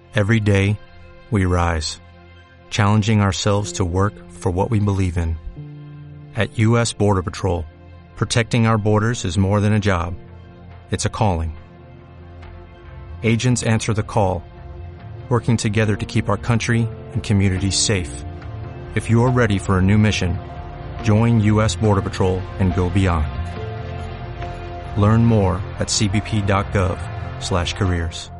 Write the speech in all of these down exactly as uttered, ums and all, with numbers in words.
Every day, we rise, challenging ourselves to work for what we believe in. At U S Border Patrol, protecting our borders is more than a job. It's a calling. Agents answer the call, working together to keep our country and communities safe. If you're ready for a new mission, join U S Border Patrol and go beyond. Learn more at c b p dot gov slash careers.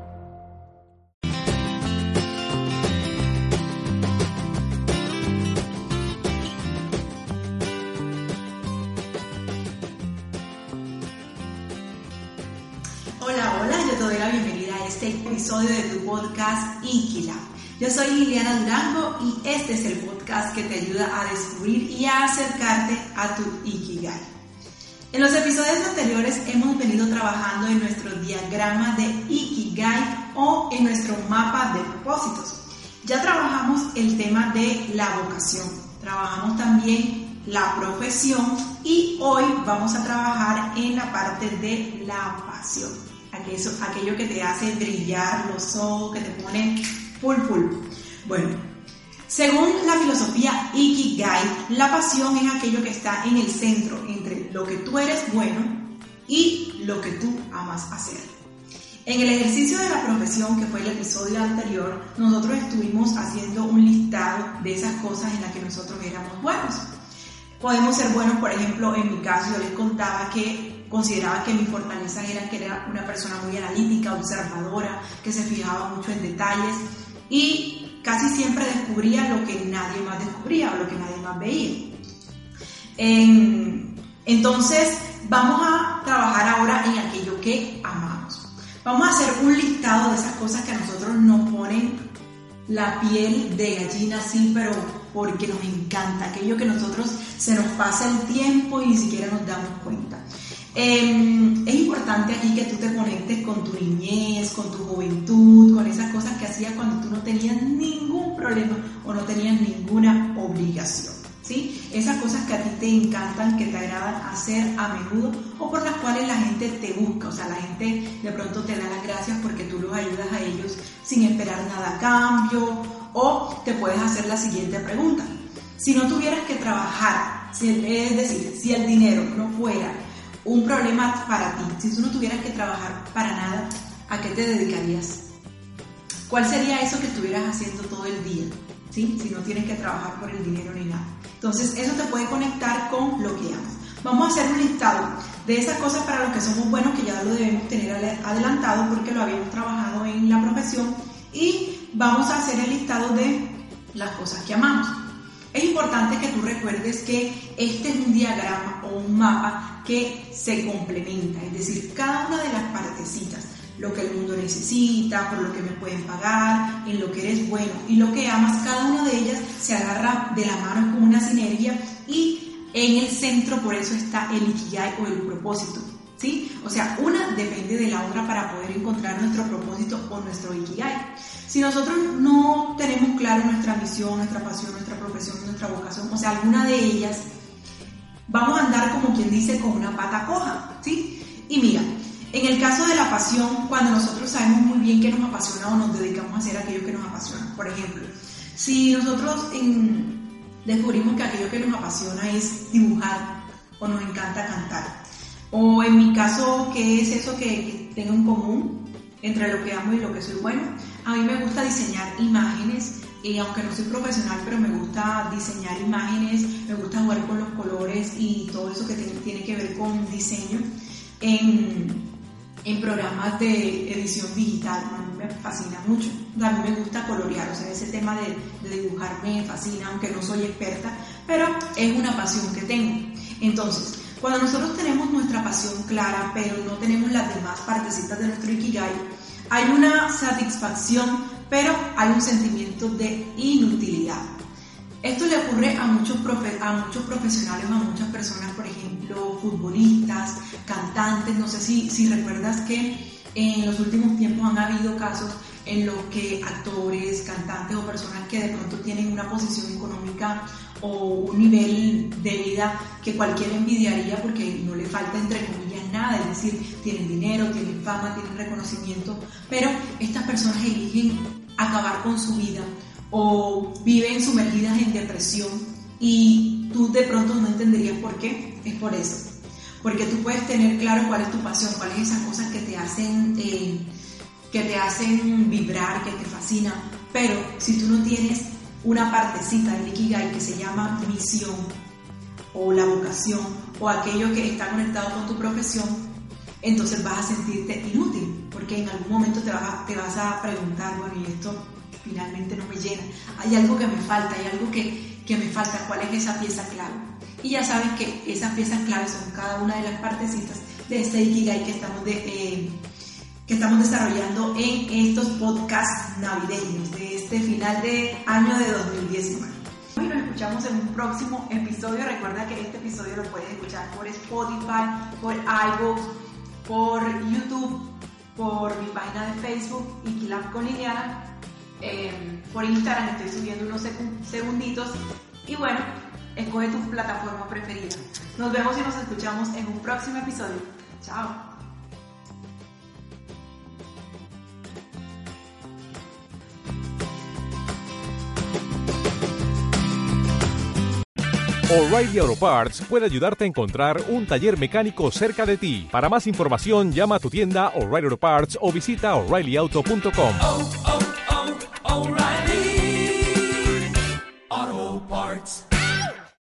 Hola, hola, yo te doy la bienvenida a este episodio de tu podcast Ikigai. Yo soy Liliana Durango y este es el podcast que te ayuda a descubrir y a acercarte a tu Ikigai. En los episodios anteriores hemos venido trabajando en nuestro diagrama de Ikigai o en nuestro mapa de propósitos. Ya trabajamos el tema de la vocación, trabajamos también la profesión y hoy vamos a trabajar en la parte de la pasión, aquello, aquello que te hace brillar los ojos, que te pone full full. Bueno, según la filosofía Ikigai, la pasión es aquello que está en el centro entre lo que tú eres bueno y lo que tú amas hacer. En el ejercicio de la profesión, que fue el episodio anterior, nosotros estuvimos haciendo un listado de esas cosas en las que nosotros éramos buenos. Podemos ser buenos, por ejemplo, en mi caso yo les contaba que consideraba que mis fortalezas eran que era una persona muy analítica, observadora, que se fijaba mucho en detalles y casi siempre descubría lo que nadie más descubría o lo que nadie más veía. Entonces, vamos a trabajar ahora en aquello que amamos. Vamos a hacer un listado de esas cosas que a nosotros nos ponen la piel de gallina, sí, pero porque nos encanta, aquello que nosotros se nos pasa el tiempo y ni siquiera nos damos cuenta. Eh, es importante aquí que tú te conectes con tu niñez, con tu juventud, con esas cosas que hacías cuando tú no tenías ningún problema o no tenías ninguna obligación, ¿sí? Esas cosas que a ti te encantan, que te agradan hacer a menudo o por las cuales la gente te busca, o sea, la gente de pronto te da las gracias porque tú los ayudas a ellos sin esperar nada a cambio. O te puedes hacer la siguiente pregunta: si no tuvieras que trabajar, si, es decir, si el dinero no fuera un problema para ti, si tú no tuvieras que trabajar para nada, ¿a qué te dedicarías? ¿Cuál sería eso que estuvieras haciendo todo el día? ¿Sí? Si no tienes que trabajar por el dinero ni nada. Entonces eso te puede conectar con lo que amas. Vamos a hacer un listado de esas cosas para los que somos buenos, que ya lo debemos tener adelantado porque lo habíamos trabajado en la profesión, y vamos a hacer el listado de las cosas que amamos. Es importante que tú recuerdes que este es un diagrama o un mapa que se complementa, es decir, cada una de las partecitas, lo que el mundo necesita, por lo que me pueden pagar, en lo que eres bueno y lo que amas, cada una de ellas se agarra de la mano con una sinergia y en el centro por eso está el Ikigai o el propósito, ¿sí? O sea, una depende de la otra para poder encontrar nuestro propósito o nuestro Ikigai. Si nosotros no tenemos claro nuestra misión, nuestra pasión, nuestra profesión, nuestra vocación, o sea, alguna de ellas, vamos a andar como quien dice con una pata coja, ¿sí? Y mira, en el caso de la pasión, cuando nosotros sabemos muy bien qué nos apasiona o nos dedicamos a hacer aquello que nos apasiona, por ejemplo, si nosotros en, descubrimos que aquello que nos apasiona es dibujar o nos encanta cantar, o en mi caso, ¿qué es eso que, que tengo en común entre lo que amo y lo que soy bueno? A mí me gusta diseñar imágenes, y aunque no soy profesional, pero me gusta diseñar imágenes, me gusta jugar con los colores y todo eso que tiene que ver con diseño en, en programas de edición digital. A mí me fascina mucho. A mí me gusta colorear, o sea, ese tema de, de dibujar me fascina, aunque no soy experta, pero es una pasión que tengo. Entonces, cuando nosotros tenemos nuestra pasión clara, pero no tenemos las demás partecitas de nuestro Ikigai, hay una satisfacción, pero hay un sentimiento de inutilidad. Esto le ocurre a muchos, profe- a muchos profesionales, a muchas personas, por ejemplo, futbolistas, cantantes. No sé si, si recuerdas que en los últimos tiempos han habido casos en los que actores, cantantes o personas que de pronto tienen una posición económica o un nivel de vida que cualquiera envidiaría porque no le falta entre comillas nada, es decir, tienen dinero, tienen fama, tienen reconocimiento, pero estas personas eligen acabar con su vida o viven sumergidas en depresión y tú de pronto no entenderías por qué. Es por eso, porque tú puedes tener claro cuál es tu pasión, cuáles son esas cosas que te hacen eh, que te hacen vibrar, que te fascinan, pero si tú no tienes una partecita del Ikigai que se llama misión o la vocación o aquello que está conectado con tu profesión, entonces vas a sentirte inútil, porque en algún momento te vas a, te vas a preguntar, bueno, y esto finalmente no me llena, hay algo que me falta, hay algo que, que me falta, ¿cuál es esa pieza clave? Y ya sabes que esas piezas claves son cada una de las partecitas de este Ikigai que estamos, de, eh, que estamos desarrollando en estos podcasts navideños de este final de año de dos mil diecinueve. Y nos escuchamos en un próximo episodio. Recuerda que este episodio lo puedes escuchar por Spotify, por iVoox, por YouTube, por mi página de Facebook, Ikilab con Liliana, eh, por Instagram estoy subiendo unos segunditos y bueno, escoge tu plataforma preferida. Nos vemos y nos escuchamos en un próximo episodio. Chao. O'Reilly Auto Parts puede ayudarte a encontrar un taller mecánico cerca de ti. Para más información, llama a tu tienda O'Reilly Auto Parts o visita O'Reilly Auto punto com. Oh, oh, oh, O'Reilly Auto Parts.